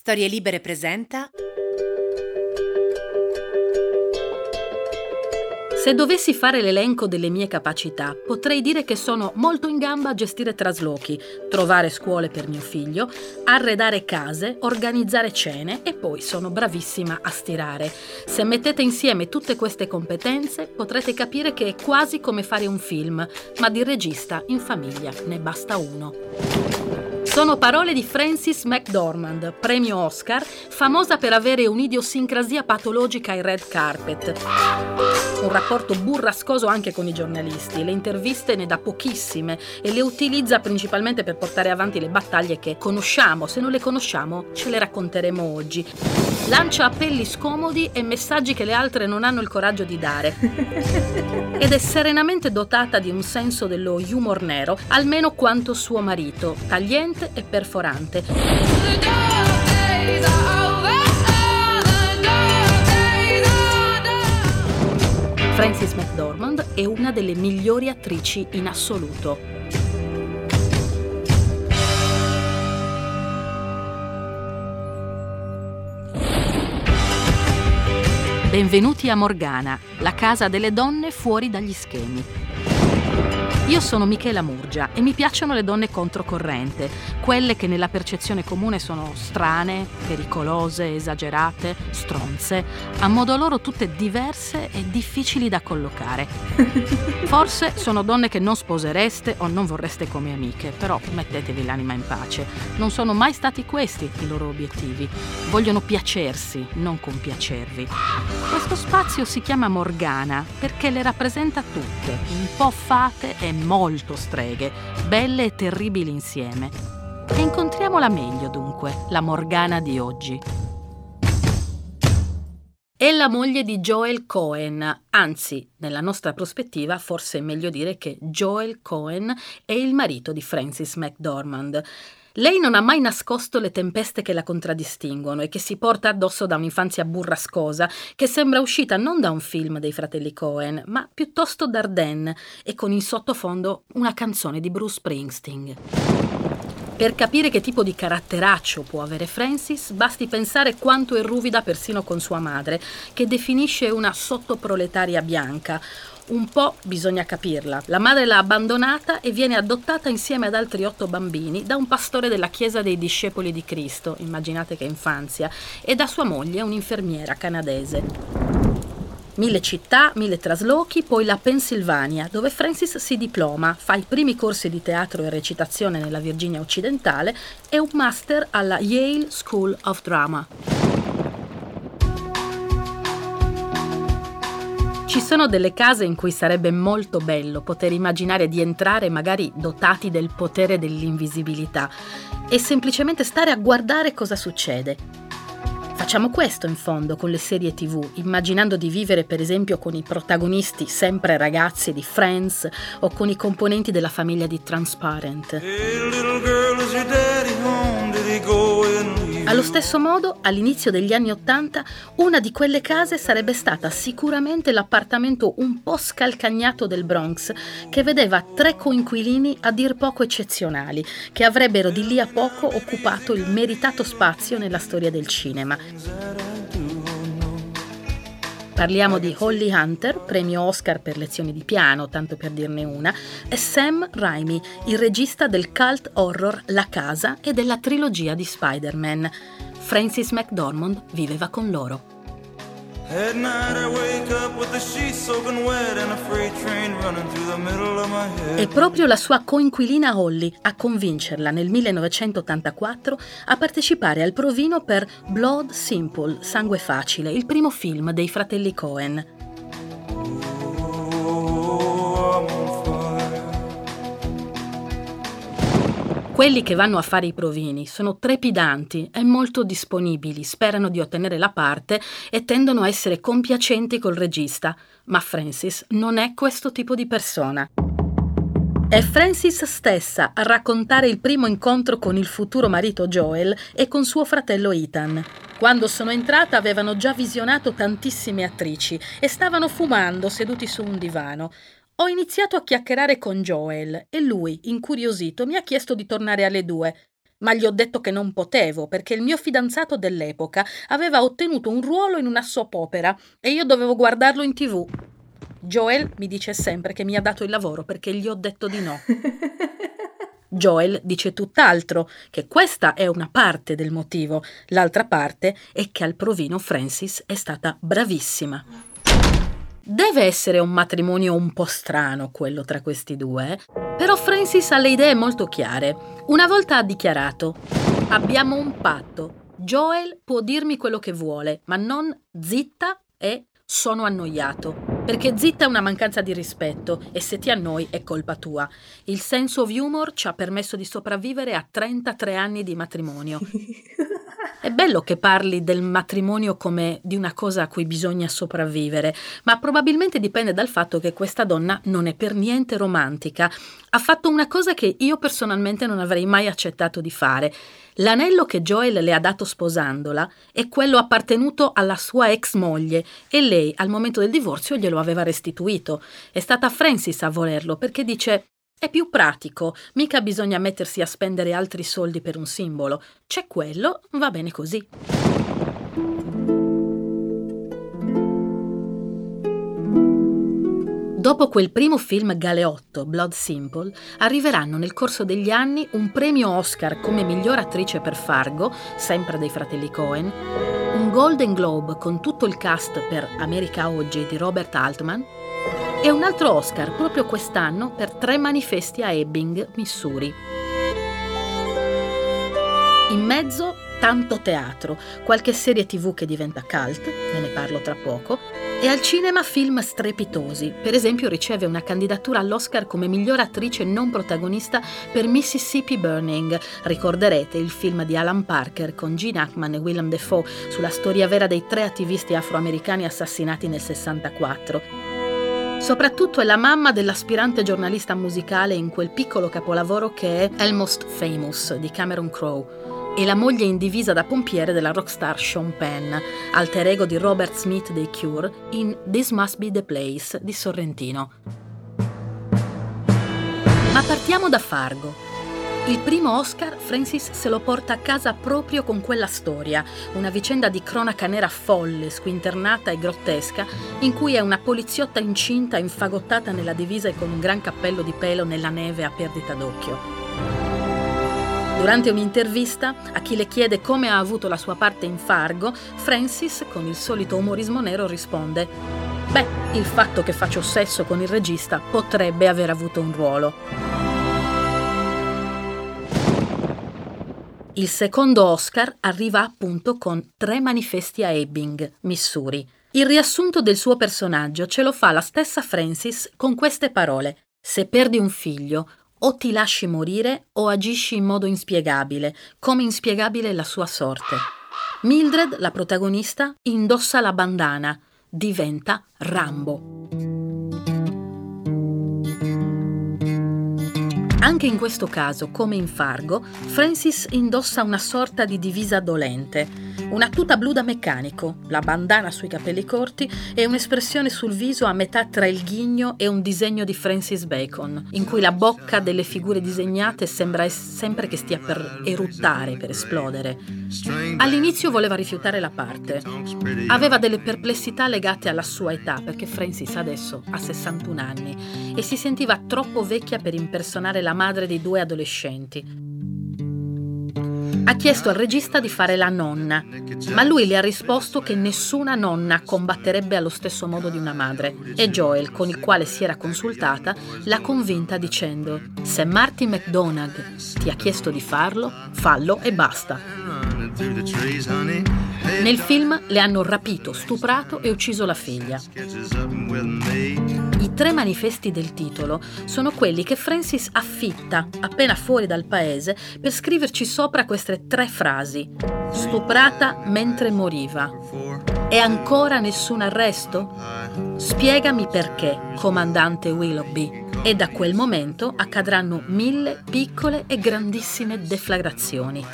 Storie Libere presenta. Se dovessi fare l'elenco delle mie capacità, potrei dire che sono molto in gamba a gestire traslochi, trovare scuole per mio figlio, arredare case, organizzare cene e poi sono bravissima a stirare. Se mettete insieme tutte queste competenze, potrete capire che è quasi come fare un film, ma di regista in famiglia ne basta uno. Sono parole di Frances McDormand, premio Oscar, famosa per avere un'idiosincrasia patologica ai red carpet. Un rapporto burrascoso anche con i giornalisti, le interviste ne dà pochissime e le utilizza principalmente per portare avanti le battaglie che conosciamo, se non le conosciamo ce le racconteremo oggi. Lancia appelli scomodi e messaggi che le altre non hanno il coraggio di dare. Ed è serenamente dotata di un senso dello humor nero, almeno quanto suo marito, tagliente e perforante. Frances McDormand è una delle migliori attrici in assoluto. Benvenuti a Morgana, la casa delle donne fuori dagli schemi. Io sono Michela Murgia e mi piacciono le donne controcorrente, quelle che nella percezione comune sono strane, pericolose, esagerate, stronze, a modo loro tutte diverse e difficili da collocare. Forse sono donne che non sposereste o non vorreste come amiche, però mettetevi l'anima in pace. Non sono mai stati questi i loro obiettivi. Vogliono piacersi, non compiacervi. Questo spazio si chiama Morgana perché le rappresenta tutte, un po' fate e molto streghe, belle e terribili insieme. E incontriamola meglio dunque, la Morgana di oggi. È la moglie di Joel Cohen, anzi, nella nostra prospettiva forse è meglio dire che Joel Cohen è il marito di Frances McDormand. Lei non ha mai nascosto le tempeste che la contraddistinguono e che si porta addosso da un'infanzia burrascosa che sembra uscita non da un film dei fratelli Cohen, ma piuttosto da Ardennes e con in sottofondo una canzone di Bruce Springsteen. Per capire che tipo di caratteraccio può avere Frances, basti pensare quanto è ruvida persino con sua madre, che definisce una sottoproletaria bianca. Un po' bisogna capirla. La madre l'ha abbandonata e viene adottata insieme ad altri 8 bambini da un pastore della Chiesa dei Discepoli di Cristo, immaginate che infanzia, e da sua moglie, un'infermiera canadese. 1000 città, 1000 traslochi, poi la Pennsylvania, dove Frances si diploma, fa i primi corsi di teatro e recitazione nella Virginia occidentale e un master alla Yale School of Drama. Ci sono delle case in cui sarebbe molto bello poter immaginare di entrare magari dotati del potere dell'invisibilità e semplicemente stare a guardare cosa succede. Facciamo questo in fondo con le serie TV, immaginando di vivere per esempio con i protagonisti sempre ragazzi di Friends o con i componenti della famiglia di Transparent. Allo stesso modo, all'inizio degli anni '80, una di quelle case sarebbe stata sicuramente l'appartamento un po' scalcagnato del Bronx, che vedeva 3 coinquilini a dir poco eccezionali, che avrebbero di lì a poco occupato il meritato spazio nella storia del cinema. Parliamo di Holly Hunter, premio Oscar per lezioni di piano, tanto per dirne una, e Sam Raimi, il regista del cult horror La Casa e della trilogia di Spider-Man. Frances McDormand viveva con loro. È proprio la sua coinquilina Holly a convincerla nel 1984 a partecipare al provino per Blood Simple, Sangue Facile, il primo film dei fratelli Cohen. Quelli che vanno a fare i provini sono trepidanti e molto disponibili, sperano di ottenere la parte e tendono a essere compiacenti col regista, ma Frances non è questo tipo di persona. È Frances stessa a raccontare il primo incontro con il futuro marito Joel e con suo fratello Ethan. Quando sono entrata avevano già visionato tantissime attrici e stavano fumando seduti su un divano. Ho iniziato a chiacchierare con Joel e lui, incuriosito, mi ha chiesto di tornare alle 2. ma gli ho detto che non potevo perché il mio fidanzato dell'epoca aveva ottenuto un ruolo in una soap opera e io dovevo guardarlo in TV. Joel mi dice sempre che mi ha dato il lavoro perché gli ho detto di no. Joel dice tutt'altro, che questa è una parte del motivo, l'altra parte è che al provino Frances è stata bravissima. Deve essere un matrimonio un po' strano quello tra questi due, però Frances ha le idee molto chiare. Una volta ha dichiarato: abbiamo un patto, Joel può dirmi quello che vuole, ma non zitta e sono annoiato. Perché zitta è una mancanza di rispetto e se ti annoi è colpa tua. Il sense of humor ci ha permesso di sopravvivere a 33 anni di matrimonio. È bello che parli del matrimonio come di una cosa a cui bisogna sopravvivere, ma probabilmente dipende dal fatto che questa donna non è per niente romantica. Ha fatto una cosa che io personalmente non avrei mai accettato di fare. L'anello che Joel le ha dato sposandola è quello appartenuto alla sua ex moglie e lei al momento del divorzio glielo aveva restituito. È stata Frances a volerlo perché dice: è più pratico, mica bisogna mettersi a spendere altri soldi per un simbolo. C'è quello, va bene così. Dopo quel primo film galeotto, Blood Simple, arriveranno nel corso degli anni un premio Oscar come miglior attrice per Fargo, sempre dei fratelli Coen, un Golden Globe con tutto il cast per America Oggi di Robert Altman e un altro Oscar proprio quest'anno per 3 manifesti a Ebbing, Missouri. In mezzo tanto teatro, qualche serie TV che diventa cult, ve ne parlo tra poco, e al cinema film strepitosi. Per esempio riceve una candidatura all'Oscar come miglior attrice non protagonista per Mississippi Burning. Ricorderete il film di Alan Parker con Gene Hackman e Willem Dafoe sulla storia vera dei 3 attivisti afroamericani assassinati nel 64. Soprattutto è la mamma dell'aspirante giornalista musicale in quel piccolo capolavoro che è Almost Famous di Cameron Crowe e la moglie in divisa da pompiere della rockstar Sean Penn, alter ego di Robert Smith dei Cure, in This Must Be the Place di Sorrentino. Ma partiamo da Fargo. Il primo Oscar Frances se lo porta a casa proprio con quella storia, una vicenda di cronaca nera folle, squinternata e grottesca, in cui è una poliziotta incinta infagottata nella divisa e con un gran cappello di pelo nella neve a perdita d'occhio. Durante un'intervista, a chi le chiede come ha avuto la sua parte in Fargo, Frances, con il solito umorismo nero, risponde: «Beh, il fatto che faccio sesso con il regista potrebbe aver avuto un ruolo». Il secondo Oscar arriva appunto con 3 manifesti a Ebbing, Missouri. Il riassunto del suo personaggio ce lo fa la stessa Frances con queste parole: «Se perdi un figlio, o ti lasci morire o agisci in modo inspiegabile, come inspiegabile è la sua sorte». Mildred, la protagonista, indossa la bandana, diventa Rambo. Anche in questo caso, come in Fargo, Frances indossa una sorta di divisa dolente, una tuta blu da meccanico, la bandana sui capelli corti e un'espressione sul viso a metà tra il ghigno e un disegno di Francis Bacon, in cui la bocca delle figure disegnate sembra sempre che stia per eruttare, per esplodere. All'inizio voleva rifiutare la parte. Aveva delle perplessità legate alla sua età, perché Frances adesso ha 61 anni e si sentiva troppo vecchia per impersonare la madre di 2 adolescenti. Ha chiesto al regista di fare la nonna, ma lui le ha risposto che nessuna nonna combatterebbe allo stesso modo di una madre e Joel, con il quale si era consultata, l'ha convinta dicendo: «Se Marty McDonagh ti ha chiesto di farlo, fallo e basta». Nel film le hanno rapito, stuprato e ucciso la figlia. I 3 manifesti del titolo sono quelli che Frances affitta appena fuori dal paese per scriverci sopra queste 3 frasi: «Stuprata mentre moriva. E ancora nessun arresto? Spiegami perché, comandante Willoughby». E da quel momento accadranno 1000 piccole e grandissime deflagrazioni.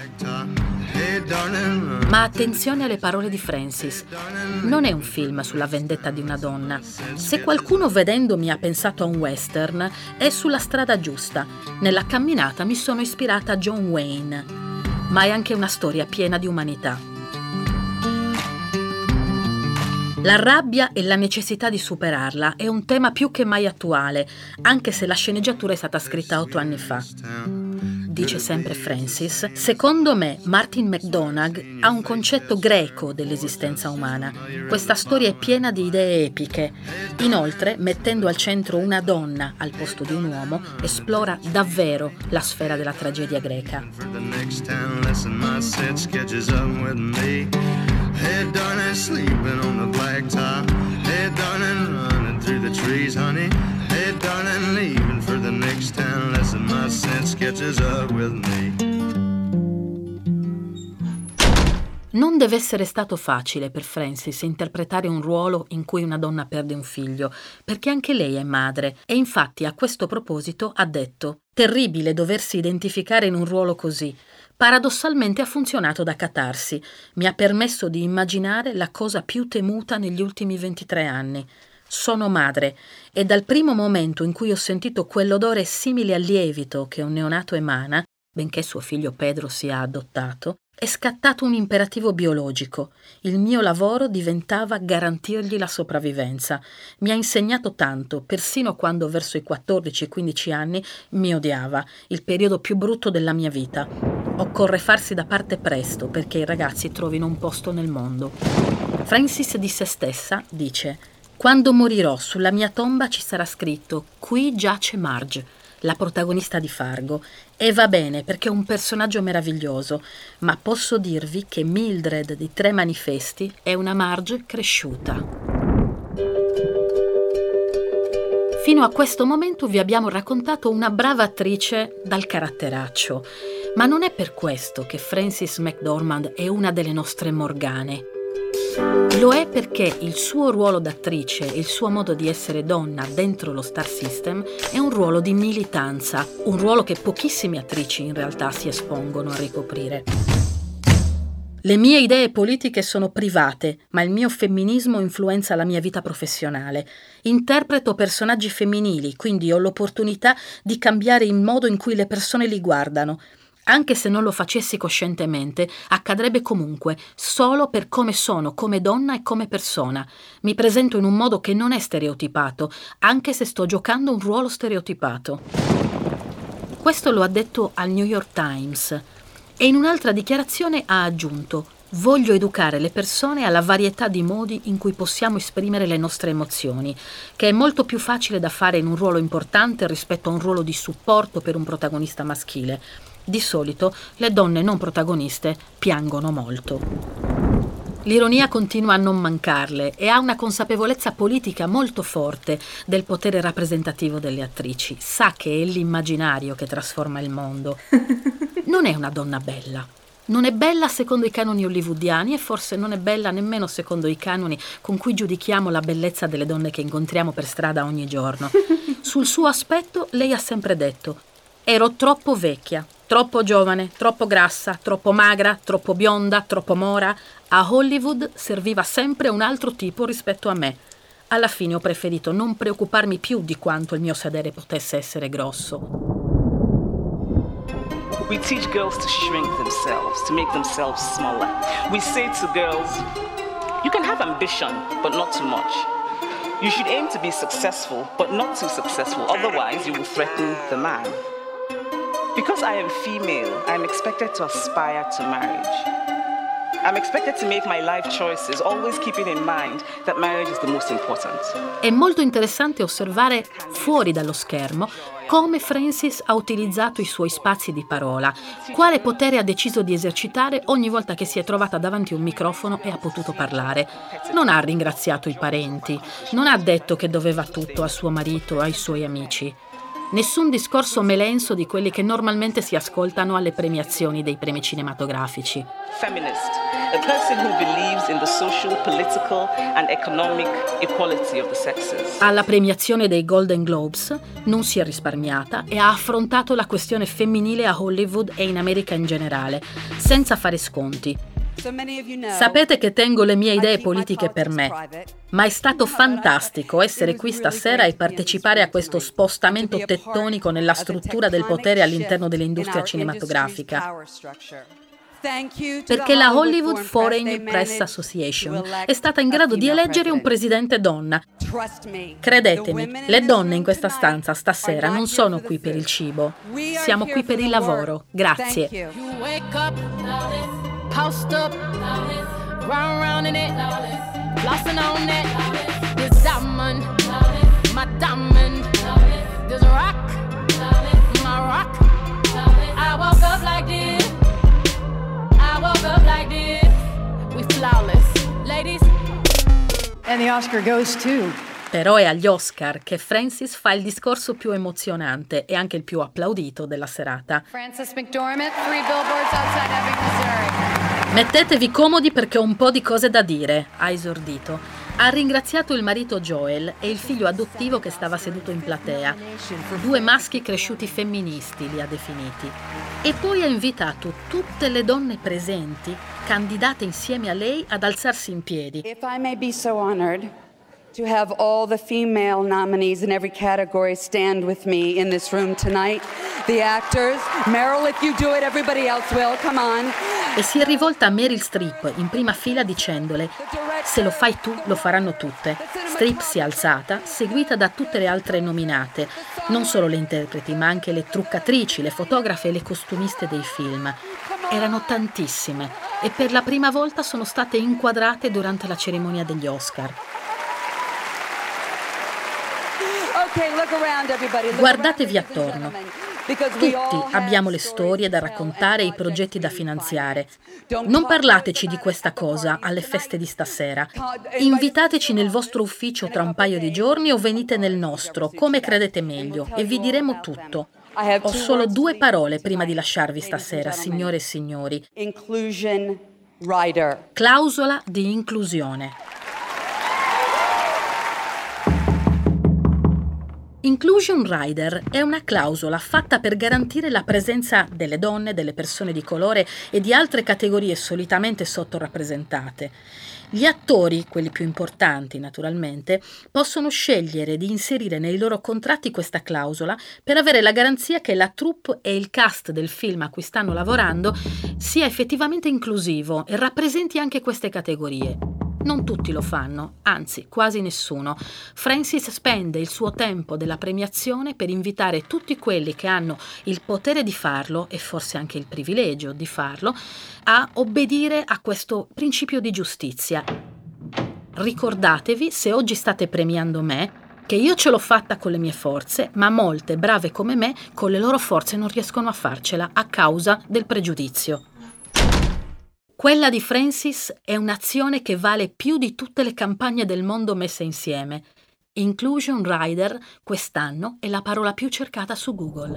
Ma attenzione alle parole di Frances. Non è un film sulla vendetta di una donna. Se qualcuno vedendomi ha pensato a un western, è sulla strada giusta. Nella camminata mi sono ispirata a John Wayne. ma è anche una storia piena di umanità. La rabbia e la necessità di superarla è un tema più che mai attuale, anche se la sceneggiatura è stata scritta 8 anni fa. Dice sempre Francis, secondo me Martin McDonagh ha un concetto greco dell'esistenza umana. Questa storia è piena di idee epiche. Inoltre, mettendo al centro una donna al posto di un uomo, esplora davvero la sfera della tragedia greca. Hey darling, sleeping on the blacktop. Hey darling, running through the trees, honey. Hey darling, leaving for the next town. Lesson my sense catches up with me. Non deve essere stato facile per Francis interpretare un ruolo in cui una donna perde un figlio, perché anche lei è madre e infatti a questo proposito ha detto: terribile doversi identificare in un ruolo così. Paradossalmente ha funzionato da catarsi, mi ha permesso di immaginare la cosa più temuta negli ultimi 23 anni. Sono madre e dal primo momento in cui ho sentito quell'odore simile al lievito che un neonato emana, benché suo figlio Pedro sia adottato, è scattato un imperativo biologico. Il mio lavoro diventava garantirgli la sopravvivenza. Mi ha insegnato tanto, persino quando verso i 14-15 anni mi odiava, il periodo più brutto della mia vita. Occorre farsi da parte presto perché i ragazzi trovino un posto nel mondo. Francis di se stessa dice: quando morirò sulla mia tomba ci sarà scritto «Qui giace Marge», la protagonista di Fargo, e va bene perché è un personaggio meraviglioso, ma posso dirvi che Mildred di Tre Manifesti è una Marge cresciuta. Fino a questo momento vi abbiamo raccontato una brava attrice dal caratteraccio, ma non è per questo che Frances McDormand è una delle nostre Morgane. Lo è perché il suo ruolo d'attrice e il suo modo di essere donna dentro lo Star System è un ruolo di militanza, un ruolo che pochissime attrici in realtà si espongono a ricoprire. Le mie idee politiche sono private, ma il mio femminismo influenza la mia vita professionale. Interpreto personaggi femminili, quindi ho l'opportunità di cambiare il modo in cui le persone li guardano. Anche se non lo facessi coscientemente, accadrebbe comunque, solo per come sono, come donna e come persona. Mi presento in un modo che non è stereotipato, anche se sto giocando un ruolo stereotipato. Questo lo ha detto al New York Times e in un'altra dichiarazione ha aggiunto: voglio educare le persone alla varietà di modi in cui possiamo esprimere le nostre emozioni, che è molto più facile da fare in un ruolo importante rispetto a un ruolo di supporto per un protagonista maschile. Di solito le donne non protagoniste piangono molto. L'ironia continua a non mancarle e ha una consapevolezza politica molto forte del potere rappresentativo delle attrici. Sa che è l'immaginario che trasforma il mondo. Non è una donna bella. Non è bella secondo i canoni hollywoodiani e forse non è bella nemmeno secondo i canoni con cui giudichiamo la bellezza delle donne che incontriamo per strada ogni giorno. Sul suo aspetto lei ha sempre detto: ero troppo vecchia, troppo giovane, troppo grassa, troppo magra, troppo bionda, troppo mora. A Hollywood serviva sempre un altro tipo rispetto a me. Alla fine ho preferito non preoccuparmi più di quanto il mio sedere potesse essere grosso. We teach girls to shrink themselves, to make themselves smaller. We say to girls, you can have ambition, but not too much. You should aim to be successful, but not too successful, otherwise you will threaten the man. Because I am female, I'm expected to aspire to marriage. I'm expected to make my life choices, always keeping in mind that marriage is the most important. È molto interessante osservare fuori dallo schermo come Frances ha utilizzato i suoi spazi di parola, quale potere ha deciso di esercitare ogni volta che si è trovata davanti a un microfono e ha potuto parlare. Non ha ringraziato i parenti, non ha detto che doveva tutto a suo marito o ai suoi amici. Nessun discorso melenso di quelli che normalmente si ascoltano alle premiazioni dei premi cinematografici. Feminist, a person who believes in the social, political and economic equality of the sexes. Alla premiazione dei Golden Globes non si è risparmiata e ha affrontato la questione femminile a Hollywood e in America in generale, senza fare sconti. Sapete che tengo le mie idee politiche per me, ma è stato fantastico essere qui stasera e partecipare a questo spostamento tettonico nella struttura del potere all'interno dell'industria cinematografica. perché la Hollywood Foreign Press Association è stata in grado di eleggere un presidente donna. Credetemi, le donne in questa stanza stasera non sono qui per il cibo, siamo qui per il lavoro. Grazie. And the Oscar goes to. Però è agli Oscar che Frances fa il discorso più emozionante e anche il più applaudito della serata. Frances McDormand, 3 billboards outside Ebbing, Missouri. Mettetevi comodi perché ho un po' di cose da dire, ha esordito. Ha ringraziato il marito Joel e il figlio adottivo che stava seduto in platea. 2 maschi cresciuti femministi li ha definiti. E poi ha invitato tutte le donne presenti, candidate insieme a lei, ad alzarsi in piedi. If I may be so honored to have all the female nominees in every category stand with me in this room tonight. The actors, Meryl, if you do it, everybody else will, come on. E si è rivolta a Meryl Streep in prima fila dicendole: se lo fai tu, lo faranno tutte. Streep si è alzata, seguita da tutte le altre nominate, non solo le interpreti, ma anche le truccatrici, le fotografe e le costumiste dei film. Erano tantissime e per la prima volta sono state inquadrate durante la cerimonia degli Oscar. Guardatevi attorno. Tutti abbiamo le storie da raccontare e i progetti da finanziare. Non parlateci di questa cosa alle feste di stasera. Invitateci nel vostro ufficio tra un paio di giorni o venite nel nostro, come credete meglio, e vi diremo tutto. Ho solo 2 parole prima di lasciarvi stasera, signore e signori. Clausola di inclusione. Inclusion Rider è una clausola fatta per garantire la presenza delle donne, delle persone di colore e di altre categorie solitamente sottorappresentate. Gli attori, quelli più importanti naturalmente, possono scegliere di inserire nei loro contratti questa clausola per avere la garanzia che la troupe e il cast del film a cui stanno lavorando sia effettivamente inclusivo e rappresenti anche queste categorie. Non tutti lo fanno, anzi quasi nessuno. Frances spende il suo tempo della premiazione per invitare tutti quelli che hanno il potere di farlo, e forse anche il privilegio di farlo, a obbedire a questo principio di giustizia. Ricordatevi, se oggi state premiando me, che io ce l'ho fatta con le mie forze, ma molte brave come me con le loro forze non riescono a farcela a causa del pregiudizio. Quella di Frances è un'azione che vale più di tutte le campagne del mondo messe insieme. Inclusion Rider quest'anno è la parola più cercata su Google.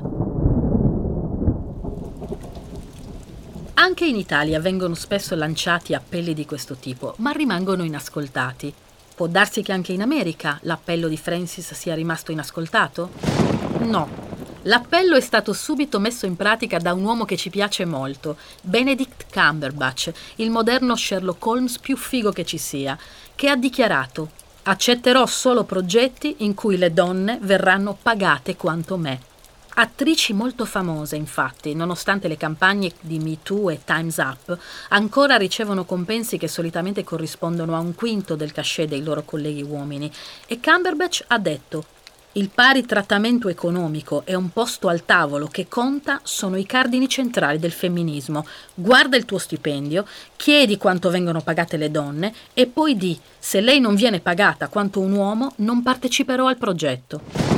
Anche in Italia vengono spesso lanciati appelli di questo tipo, ma rimangono inascoltati. Può darsi che anche in America l'appello di Frances sia rimasto inascoltato? No. L'appello è stato subito messo in pratica da un uomo che ci piace molto, Benedict Cumberbatch, il moderno Sherlock Holmes più figo che ci sia, che ha dichiarato: accetterò solo progetti in cui le donne verranno pagate quanto me. Attrici molto famose, infatti, nonostante le campagne di Me Too e Time's Up, ancora ricevono compensi che solitamente corrispondono a 1/5 del cachet dei loro colleghi uomini, e Cumberbatch ha detto: il pari trattamento economico e un posto al tavolo che conta sono i cardini centrali del femminismo. Guarda il tuo stipendio, chiedi quanto vengono pagate le donne e poi di: se lei non viene pagata quanto un uomo, non parteciperò al progetto.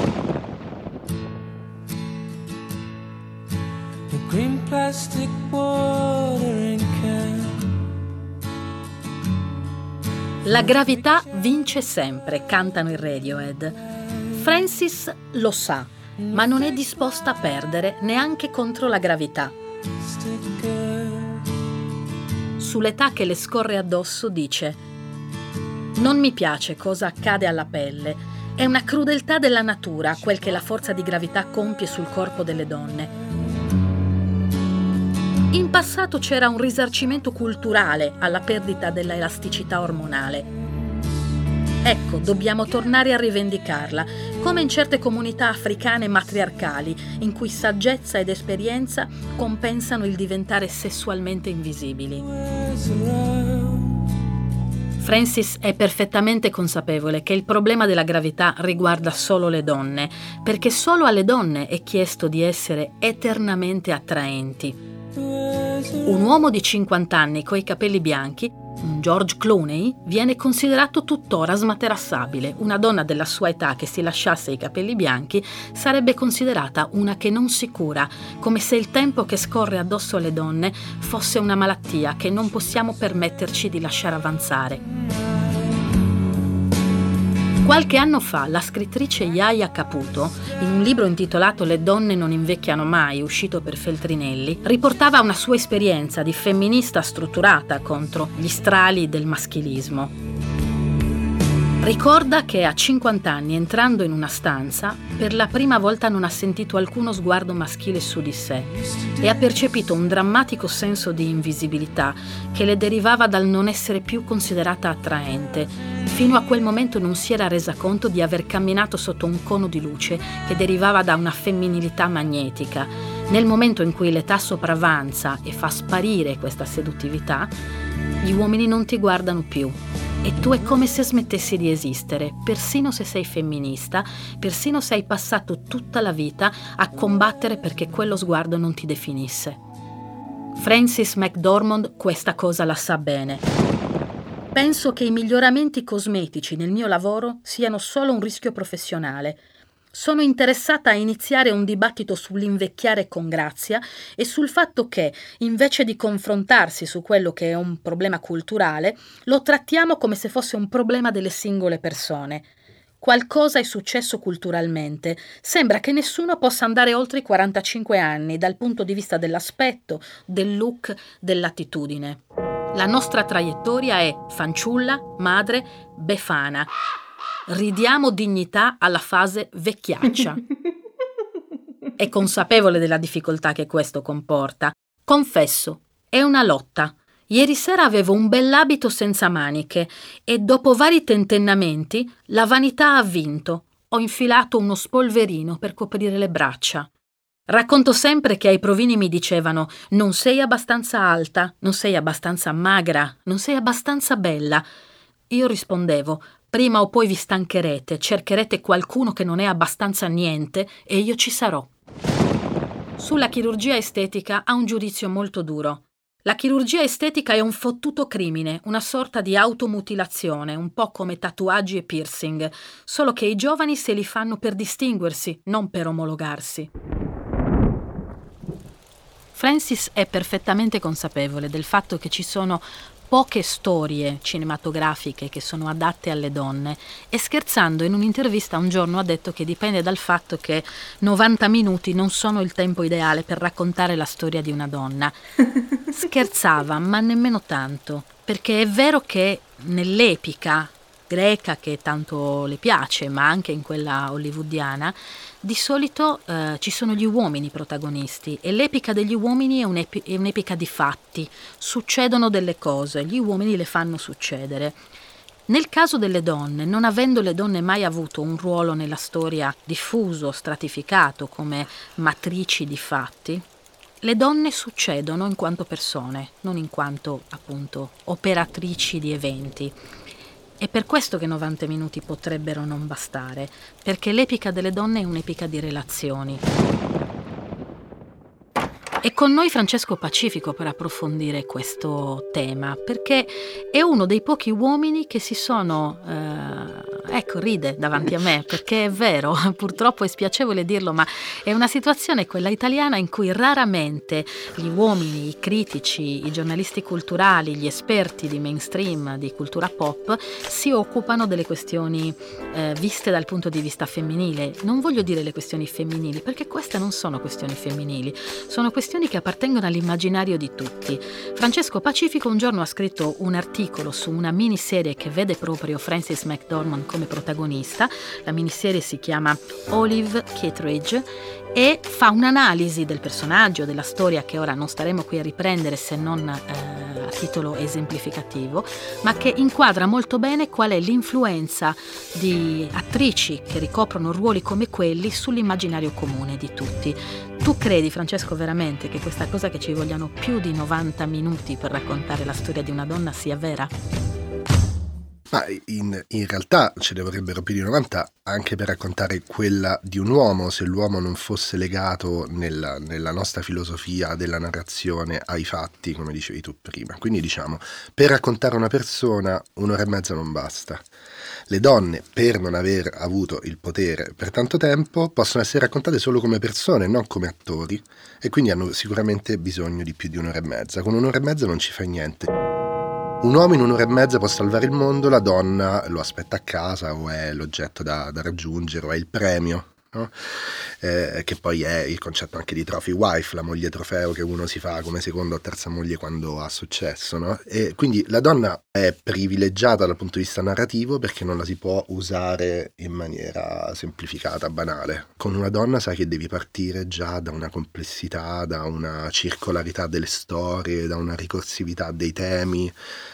The green plastic watering can. La gravità vince sempre, cantano i Radiohead. Frances lo sa, ma non è disposta a perdere neanche contro la gravità. Sull'età che le scorre addosso dice: non mi piace cosa accade alla pelle, è una crudeltà della natura quel che la forza di gravità compie sul corpo delle donne. In passato c'era un risarcimento culturale alla perdita della elasticità ormonale. Ecco, dobbiamo tornare a rivendicarla, come in certe comunità africane matriarcali, in cui saggezza ed esperienza compensano il diventare sessualmente invisibili. Francis è perfettamente consapevole che il problema della gravità riguarda solo le donne, perché solo alle donne è chiesto di essere eternamente attraenti. Un uomo di 50 anni coi capelli bianchi, un George Clooney, viene considerato tuttora smaterassabile. Una donna della sua età che si lasciasse i capelli bianchi sarebbe considerata una che non si cura, come se il tempo che scorre addosso alle donne fosse una malattia che non possiamo permetterci di lasciare avanzare. Qualche anno fa la scrittrice Yaya Caputo, in un libro intitolato Le donne non invecchiano mai, uscito per Feltrinelli, riportava una sua esperienza di femminista strutturata contro gli strali del maschilismo. Ricorda che a 50 anni, entrando in una stanza, per la prima volta non ha sentito alcuno sguardo maschile su di sé e ha percepito un drammatico senso di invisibilità che le derivava dal non essere più considerata attraente. Fino a quel momento non si era resa conto di aver camminato sotto un cono di luce che derivava da una femminilità magnetica. Nel momento in cui l'età sopravanza e fa sparire questa seduttività, gli uomini non ti guardano più. E tu è come se smettessi di esistere, persino se sei femminista, persino se hai passato tutta la vita a combattere perché quello sguardo non ti definisse. Frances McDormand questa cosa la sa bene. Penso che i miglioramenti cosmetici nel mio lavoro siano solo un rischio professionale. Sono interessata a iniziare un dibattito sull'invecchiare con grazia e sul fatto che, invece di confrontarsi su quello che è un problema culturale, lo trattiamo come se fosse un problema delle singole persone. Qualcosa è successo culturalmente. Sembra che nessuno possa andare oltre i 45 anni dal punto di vista dell'aspetto, del look, dell'attitudine. La nostra traiettoria è fanciulla, madre, befana. Ridiamo dignità alla fase vecchiaccia. È consapevole della difficoltà che questo comporta. Confesso, è una lotta. Ieri sera avevo un bell'abito senza maniche e dopo vari tentennamenti la vanità ha vinto. Ho infilato uno spolverino per coprire le braccia. Racconto sempre che ai provini mi dicevano: non sei abbastanza alta, non sei abbastanza magra, non sei abbastanza bella. Io rispondevo: prima o poi vi stancherete, cercherete qualcuno che non è abbastanza niente e io ci sarò. Sulla chirurgia estetica ha un giudizio molto duro. La chirurgia estetica è un fottuto crimine, una sorta di automutilazione, un po' come tatuaggi e piercing, solo che i giovani se li fanno per distinguersi, non per omologarsi. Francis è perfettamente consapevole del fatto che ci sono poche storie cinematografiche che sono adatte alle donne e, scherzando, in un'intervista un giorno ha detto che dipende dal fatto che 90 minuti non sono il tempo ideale per raccontare la storia di una donna. Scherzava, ma nemmeno tanto, perché è vero che nell'epica greca, che tanto le piace, ma anche in quella hollywoodiana, di solito ci sono gli uomini protagonisti e l'epica degli uomini è un'epica di fatti. Succedono delle cose, gli uomini le fanno succedere. Nel caso delle donne, non avendo le donne mai avuto un ruolo nella storia diffuso, stratificato come matrici di fatti, le donne succedono in quanto persone, non in quanto, appunto, operatrici di eventi. È per questo che 90 minuti potrebbero non bastare, perché l'epica delle donne è un'epica di relazioni. E con noi Francesco Pacifico per approfondire questo tema, perché è uno dei pochi uomini che si sono... ride davanti a me, perché è vero, purtroppo è spiacevole dirlo, ma è una situazione, quella italiana, in cui raramente gli uomini, i critici, i giornalisti culturali, gli esperti di mainstream, di cultura pop, si occupano delle questioni viste dal punto di vista femminile. Non voglio dire le questioni femminili, perché queste non sono questioni femminili, sono questioni che appartengono all'immaginario di tutti. Francesco Pacifico un giorno ha scritto un articolo su una miniserie che vede proprio Frances McDormand come protagonista. La miniserie si chiama Olive Kitteridge e fa un'analisi del personaggio, della storia, che ora non staremo qui a riprendere se non a titolo esemplificativo, ma che inquadra molto bene qual è l'influenza di attrici che ricoprono ruoli come quelli sull'immaginario comune di tutti. Tu credi, Francesco, veramente che questa cosa che ci vogliano più di 90 minuti per raccontare la storia di una donna sia vera? Ma in realtà ce ne vorrebbero più di 90 anche per raccontare quella di un uomo, se l'uomo non fosse legato nella nostra filosofia della narrazione ai fatti, come dicevi tu prima. Quindi diciamo, per raccontare una persona 1 ora e mezza non basta. Le donne, per non aver avuto il potere per tanto tempo, possono essere raccontate solo come persone, non come attori, e quindi hanno sicuramente bisogno di più di 1 ora e mezza. Con 1 ora e mezza non ci fai niente. Un uomo in 1 ora e mezza può salvare il mondo, la donna lo aspetta a casa o è l'oggetto da raggiungere o è il premio, no? Che poi è il concetto anche di trophy wife, la moglie trofeo che uno si fa come seconda o terza moglie quando ha successo, no? E quindi la donna è privilegiata dal punto di vista narrativo perché non la si può usare in maniera semplificata, banale. Con una donna sai che devi partire già da una complessità, da una circolarità delle storie, da una ricorsività dei temi,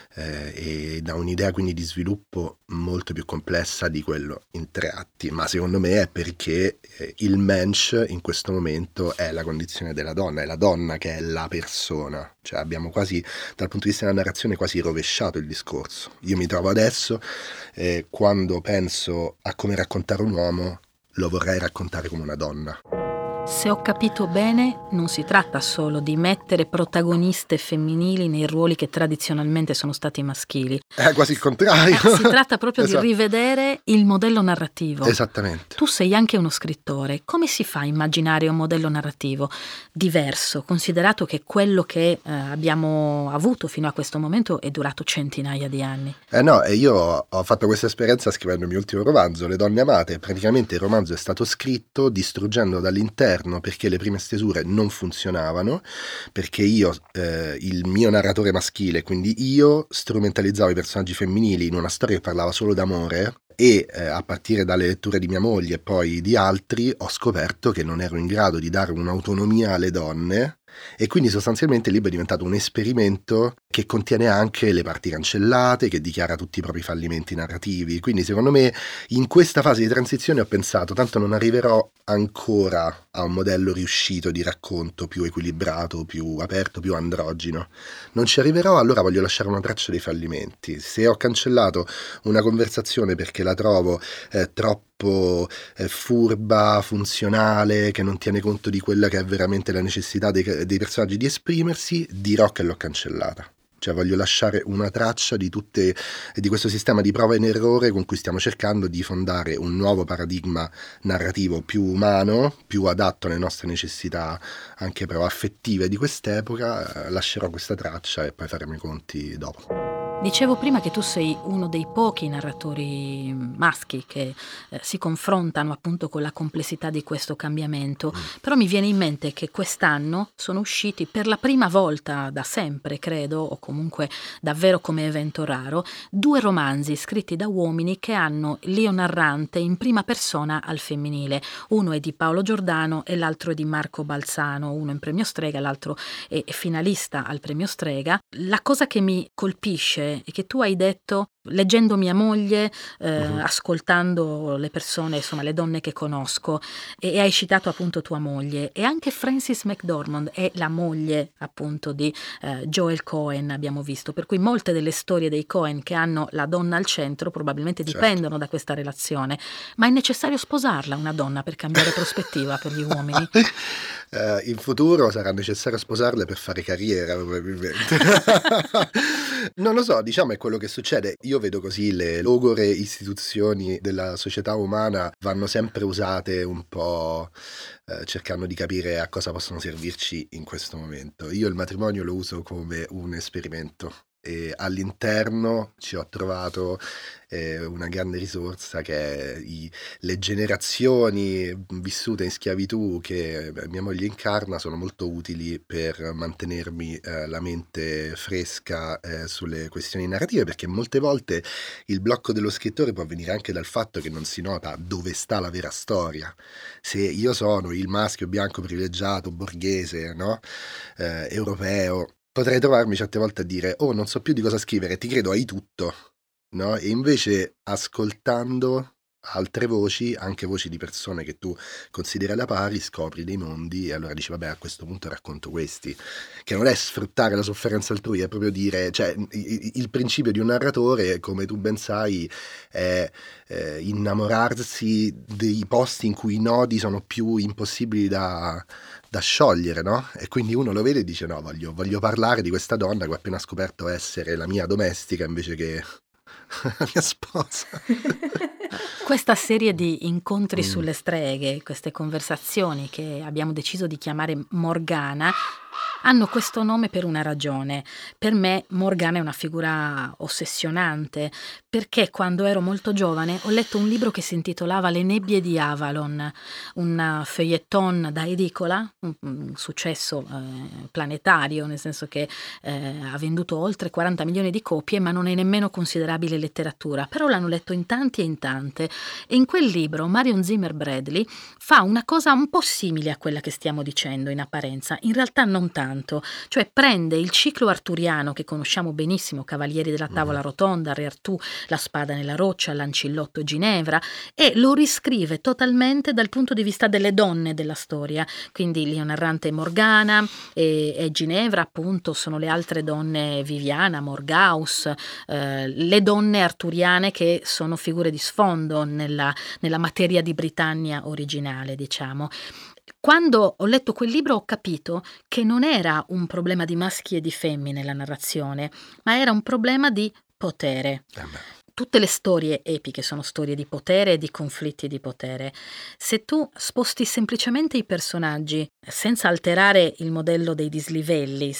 e da un'idea quindi di sviluppo molto più complessa di quello in 3 atti, ma secondo me è perché il mensch in questo momento è la condizione della donna, è la donna che è la persona, cioè abbiamo quasi, dal punto di vista della narrazione, quasi rovesciato il discorso. Io mi trovo adesso, quando penso a come raccontare un uomo, lo vorrei raccontare come una donna. Se ho capito bene, non si tratta solo di mettere protagoniste femminili nei ruoli che tradizionalmente sono stati maschili. È quasi il contrario. Si tratta proprio esatto. Di rivedere il modello narrativo. Esattamente. Tu sei anche uno scrittore. Come si fa a immaginare un modello narrativo diverso, considerato che quello che abbiamo avuto fino a questo momento è durato centinaia di anni? No, e io ho fatto questa esperienza scrivendo il mio ultimo romanzo, Le donne amate. Praticamente il romanzo è stato scritto distruggendo dall'interno perché le prime stesure non funzionavano, perché io, il mio narratore maschile, quindi io strumentalizzavo i personaggi femminili in una storia che parlava solo d'amore e a partire dalle letture di mia moglie e poi di altri ho scoperto che non ero in grado di dare un'autonomia alle donne. E quindi sostanzialmente il libro è diventato un esperimento che contiene anche le parti cancellate, che dichiara tutti i propri fallimenti narrativi. Quindi secondo me in questa fase di transizione ho pensato, tanto non arriverò ancora a un modello riuscito di racconto più equilibrato, più aperto, più androgino. Non ci arriverò, allora voglio lasciare una traccia dei fallimenti. Se ho cancellato una conversazione perché la trovo troppo furba, funzionale, che non tiene conto di quella che è veramente la necessità dei personaggi di esprimersi, dirò che l'ho cancellata. Cioè voglio lasciare una traccia di questo sistema di prova in errore con cui stiamo cercando di fondare un nuovo paradigma narrativo più umano, più adatto alle nostre necessità anche però affettive di quest'epoca. Lascerò questa traccia e poi faremo i conti dopo. Dicevo prima che tu sei uno dei pochi narratori maschi che si confrontano appunto con la complessità di questo cambiamento, però mi viene in mente che quest'anno sono usciti per la prima volta da sempre, credo, o comunque davvero come evento raro, 2 romanzi scritti da uomini che hanno l'io narrante in prima persona al femminile. Uno è di Paolo Giordano e l'altro è di Marco Balzano, uno in premio Strega, l'altro è finalista al premio Strega. La cosa che mi colpisce è che tu hai detto, leggendo mia moglie, ascoltando le persone, insomma le donne che conosco, e hai citato appunto tua moglie, e anche Frances McDormand è la moglie appunto di Joel Cohen, abbiamo visto, per cui molte delle storie dei Cohen che hanno la donna al centro probabilmente dipendono da questa relazione. Ma è necessario sposarla una donna per cambiare prospettiva per gli uomini? In futuro sarà necessario sposarle per fare carriera probabilmente. Non lo so, diciamo è quello che succede. Io vedo così le logore istituzioni della società umana vanno sempre usate un po' cercando di capire a cosa possono servirci in questo momento. Io il matrimonio lo uso come un esperimento e all'interno ci ho trovato una grande risorsa che è le generazioni vissute in schiavitù che mia moglie incarna sono molto utili per mantenermi la mente fresca sulle questioni narrative, perché molte volte il blocco dello scrittore può venire anche dal fatto che non si nota dove sta la vera storia. Se io sono il maschio bianco privilegiato, borghese, no? Europeo, potrei trovarmi certe volte a dire oh, non so più di cosa scrivere, ti credo, hai tutto, no? E invece ascoltando altre voci, anche voci di persone che tu consideri alla pari, scopri dei mondi e allora dici vabbè, a questo punto racconto questi, che non è sfruttare la sofferenza altrui, è proprio dire, cioè il principio di un narratore, come tu ben sai, è innamorarsi dei posti in cui i nodi sono più impossibili da sciogliere, no? E quindi uno lo vede e dice no, voglio parlare di questa donna che ho appena scoperto essere la mia domestica invece che la mia sposa. Questa serie di incontri sulle streghe, queste conversazioni che abbiamo deciso di chiamare Morgana, hanno questo nome per una ragione. Per me Morgana è una figura ossessionante, perché quando ero molto giovane ho letto un libro che si intitolava Le nebbie di Avalon, un feuilleton da edicola, un successo planetario, nel senso che ha venduto oltre 40 milioni di copie, ma non è nemmeno considerabile letteratura, però l'hanno letto in tanti e in tante. E in quel libro Marion Zimmer Bradley fa una cosa un po' simile a quella che stiamo dicendo in apparenza, in realtà non tanto, cioè prende il ciclo arturiano che conosciamo benissimo, Cavalieri della Tavola Rotonda, Re Artù, La Spada nella Roccia, Lancillotto, Ginevra, e lo riscrive totalmente dal punto di vista delle donne della storia, quindi Leonarrante e Morgana e Ginevra appunto sono le altre donne, Viviana, Morgause, le donne arturiane che sono figure di sfondo nella materia di Britannia originale, diciamo. Quando ho letto quel libro ho capito che non era un problema di maschi e di femmine la narrazione, ma era un problema di potere. Tutte le storie epiche sono storie di potere e di conflitti di potere. Se tu sposti semplicemente i personaggi senza alterare il modello dei dislivelli,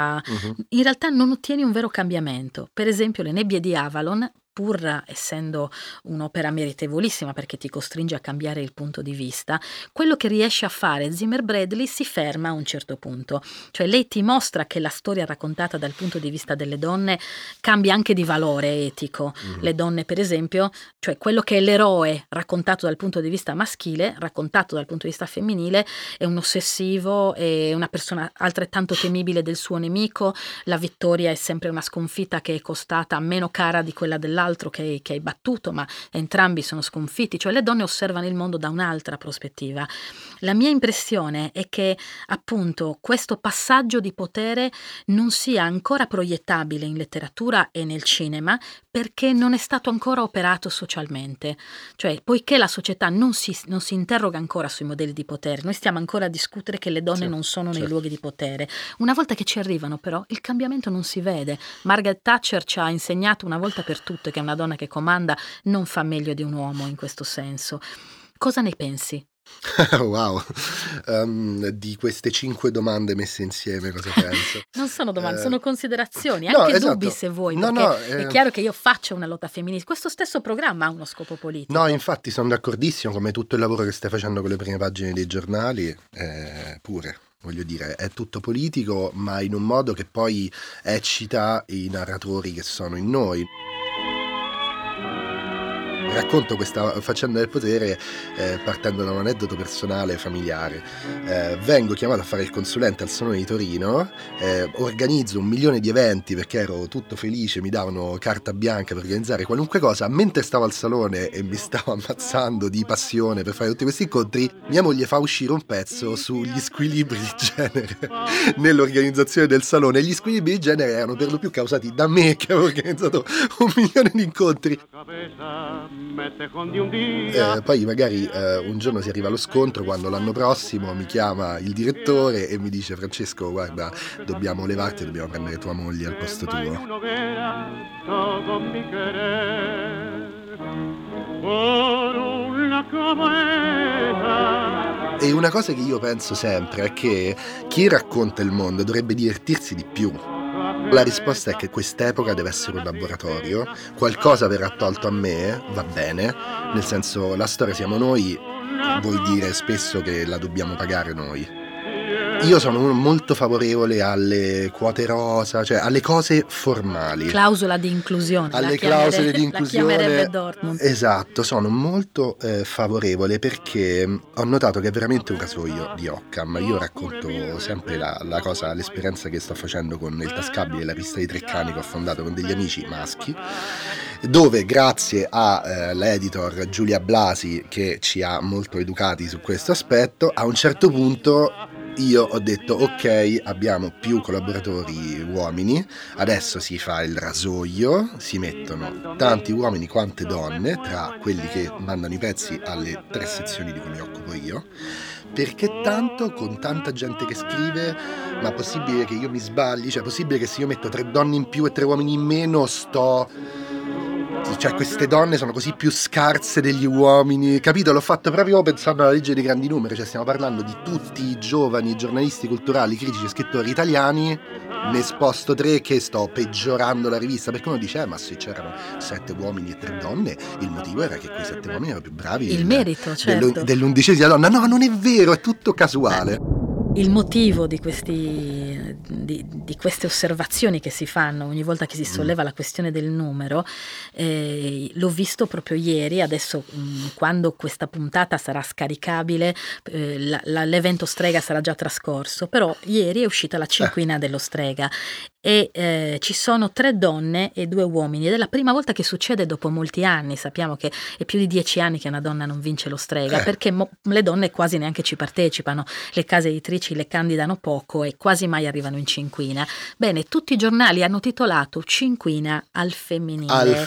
in realtà non ottieni un vero cambiamento. Per esempio Le nebbie di Avalon, pur essendo un'opera meritevolissima perché ti costringe a cambiare il punto di vista, quello che riesce a fare Zimmer Bradley si ferma a un certo punto, cioè lei ti mostra che la storia raccontata dal punto di vista delle donne cambia anche di valore etico. Le donne, per esempio, cioè quello che è l'eroe raccontato dal punto di vista maschile, raccontato dal punto di vista femminile, è un ossessivo, è una persona altrettanto temibile del suo nemico, la vittoria è sempre una sconfitta che è costata meno cara di quella dell'altro che hai battuto, ma entrambi sono sconfitti, cioè le donne osservano il mondo da un'altra prospettiva. La mia impressione è che appunto questo passaggio di potere non sia ancora proiettabile in letteratura e nel cinema perché non è stato ancora operato socialmente, cioè poiché la società non si interroga ancora sui modelli di potere, noi stiamo ancora a discutere che le donne non sono nei luoghi di potere. Una volta che ci arrivano però il cambiamento non si vede. Margaret Thatcher ci ha insegnato una volta per tutte che una donna che comanda non fa meglio di un uomo in questo senso. Cosa ne pensi? Wow, di queste 5 domande messe insieme cosa penso? Non sono domande, sono considerazioni, anche esatto. dubbi se vuoi, perché è chiaro che io faccio una lotta femminista, questo stesso programma ha uno scopo politico. No, infatti sono d'accordissimo, come tutto il lavoro che stai facendo con le prime pagine dei giornali, pure. Voglio dire, è tutto politico, ma in un modo che poi eccita i narratori che sono in noi. Racconto questa faccenda del potere partendo da un aneddoto personale familiare. Vengo chiamato a fare il consulente al Salone di Torino, organizzo 1 milione di eventi perché ero tutto felice, mi davano carta bianca per organizzare qualunque cosa. Mentre stavo al salone e mi stavo ammazzando di passione per fare tutti questi incontri, mia moglie fa uscire un pezzo sugli squilibri di genere nell'organizzazione del salone. Gli squilibri di genere erano per lo più causati da me che avevo organizzato 1 milione di incontri. Poi magari un giorno si arriva allo scontro quando l'anno prossimo mi chiama il direttore e mi dice: Francesco, guarda, dobbiamo levarti, dobbiamo prendere tua moglie al posto tuo. E una cosa che io penso sempre è che chi racconta il mondo dovrebbe divertirsi di più. La risposta è che quest'epoca deve essere un laboratorio, qualcosa verrà tolto a me, va bene, nel senso la storia siamo noi, vuol dire spesso che la dobbiamo pagare noi. Io sono uno molto favorevole alle quote rosa, cioè alle cose formali. Clausola di inclusione. Alle clausole di inclusione. La chiamerebbe Dortmund. Esatto, sono molto favorevole perché ho notato che è veramente un rasoio di Occam. Io racconto sempre l'esperienza che sto facendo con Il Tascabile, la rivista di Treccani che ho fondato con degli amici maschi, dove grazie all'editor Giulia Blasi, che ci ha molto educati su questo aspetto, a un certo punto io ho detto ok, abbiamo più collaboratori uomini, adesso si fa il rasoio, si mettono tanti uomini quante donne tra quelli che mandano i pezzi alle 3 sezioni di cui mi occupo io, perché tanto con tanta gente che scrive, ma possibile che io mi sbagli, cioè possibile che se io metto 3 donne in più e 3 uomini in meno cioè queste donne sono così più scarse degli uomini, capito? L'ho fatto proprio pensando alla legge dei grandi numeri, cioè stiamo parlando di tutti i giovani giornalisti culturali, critici e scrittori italiani, ne sposto 3 che sto peggiorando la rivista, perché uno dice ma se c'erano 7 uomini e 3 donne il motivo era che quei 7 uomini erano più bravi, il merito, certo, dell'11ª donna. No, non è vero, è tutto casuale. Il motivo di queste osservazioni che si fanno ogni volta che si solleva la questione del numero, l'ho visto proprio ieri. Adesso quando questa puntata sarà scaricabile l'evento Strega sarà già trascorso, però ieri è uscita la cinquina dello Strega e ci sono 3 donne e 2 uomini ed è la prima volta che succede dopo molti anni. Sappiamo che è più di 10 anni che una donna non vince lo Strega, perché le donne quasi neanche ci partecipano, le case editrici le candidano poco e quasi mai arrivano in cinquina. Bene, tutti i giornali hanno titolato cinquina al femminile.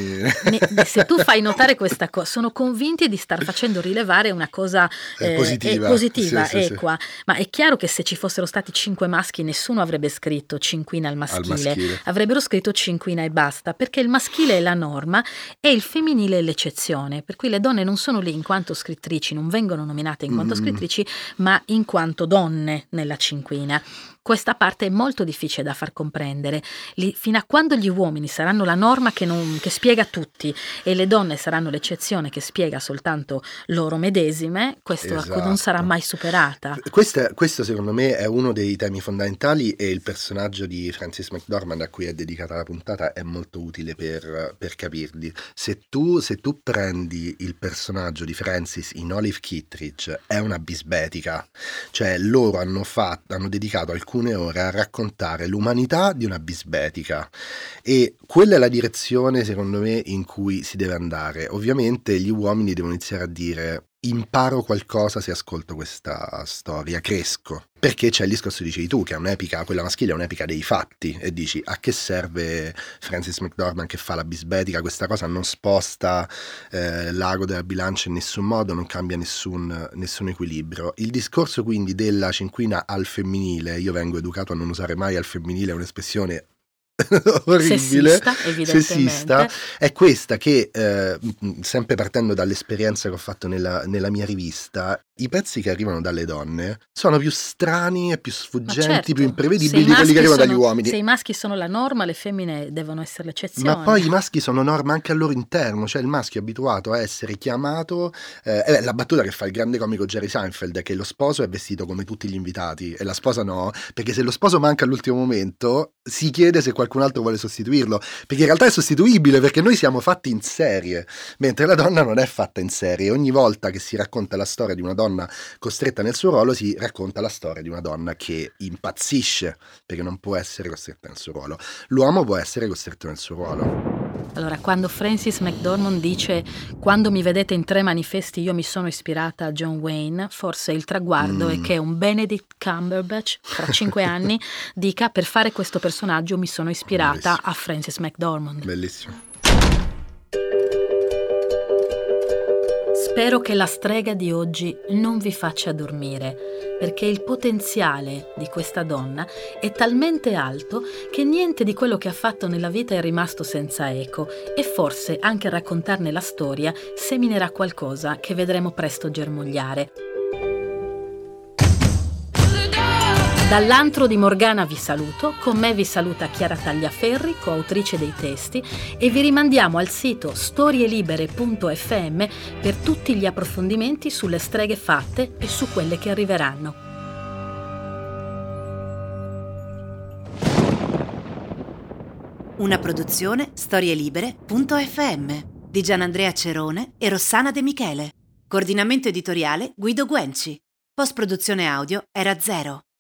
Se tu fai notare questa cosa, sono convinti di star facendo rilevare una cosa positiva, sì, equa, sì. Ma è chiaro che se ci fossero stati 5 maschi nessuno avrebbe scritto cinquina al maschile. Avrebbero scritto cinquina e basta, perché il maschile è la norma e il femminile è l'eccezione, per cui le donne non sono lì in quanto scrittrici, non vengono nominate in quanto scrittrici, ma in quanto donne nella cinquina. Questa parte è molto difficile da far comprendere. Fino a quando gli uomini saranno la norma che spiega tutti e le donne saranno l'eccezione che spiega soltanto loro medesime, questo non sarà mai superata. Questo secondo me è uno dei temi fondamentali e il personaggio di Frances McDormand a cui è dedicata la puntata è molto utile per capirli. Se tu prendi il personaggio di Frances in Olive Kittredge, è una bisbetica, cioè loro hanno dedicato alcune ore a raccontare l'umanità di una bisbetica e quella è la direzione secondo me in cui si deve andare. Ovviamente gli uomini devono iniziare a dire imparo qualcosa se ascolto questa storia, cresco, perché c'è il discorso che dicevi tu, che è un'epica, quella maschile è un'epica dei fatti e dici a che serve Frances McDormand che fa la bisbetica, questa cosa non sposta l'ago della bilancia in nessun modo, non cambia nessun equilibrio. Il discorso quindi della cinquina al femminile, io vengo educato a non usare mai al femminile, è un'espressione orribile, sessista, è questa che sempre partendo dall'esperienza che ho fatto nella mia rivista, i pezzi che arrivano dalle donne sono più strani e più sfuggenti, più imprevedibili di quelli che arrivano dagli uomini. Se i maschi sono la norma, le femmine devono essere l'eccezione. Ma poi i maschi sono norma anche al loro interno, cioè il maschio è abituato a essere chiamato, la battuta che fa il grande comico Jerry Seinfeld è che lo sposo è vestito come tutti gli invitati e la sposa no, perché se lo sposo manca all'ultimo momento si chiede se qualcun altro vuole sostituirlo, perché in realtà è sostituibile, perché noi siamo fatti in serie, mentre la donna non è fatta in serie. Ogni volta che si racconta la storia di una donna costretta nel suo ruolo, si racconta la storia di una donna che impazzisce perché non può essere costretta nel suo ruolo. L'uomo può essere costretto nel suo ruolo. Allora, quando Frances McDormand dice quando mi vedete in 3 manifesti io mi sono ispirata a John Wayne, forse il traguardo è che un Benedict Cumberbatch tra 5 anni dica per fare questo personaggio mi sono ispirata a Frances McDormand. Bellissimo. Spero che la strega di oggi non vi faccia dormire, perché il potenziale di questa donna è talmente alto che niente di quello che ha fatto nella vita è rimasto senza eco e forse anche raccontarne la storia seminerà qualcosa che vedremo presto germogliare. Dall'antro di Morgana vi saluto, con me vi saluta Chiara Tagliaferri, coautrice dei testi, e vi rimandiamo al sito storielibere.fm per tutti gli approfondimenti sulle streghe fatte e su quelle che arriveranno. Una produzione storielibere.fm di Gianandrea Cerone e Rossana De Michele. Coordinamento editoriale Guido Guenci. Post-produzione audio Era Zero.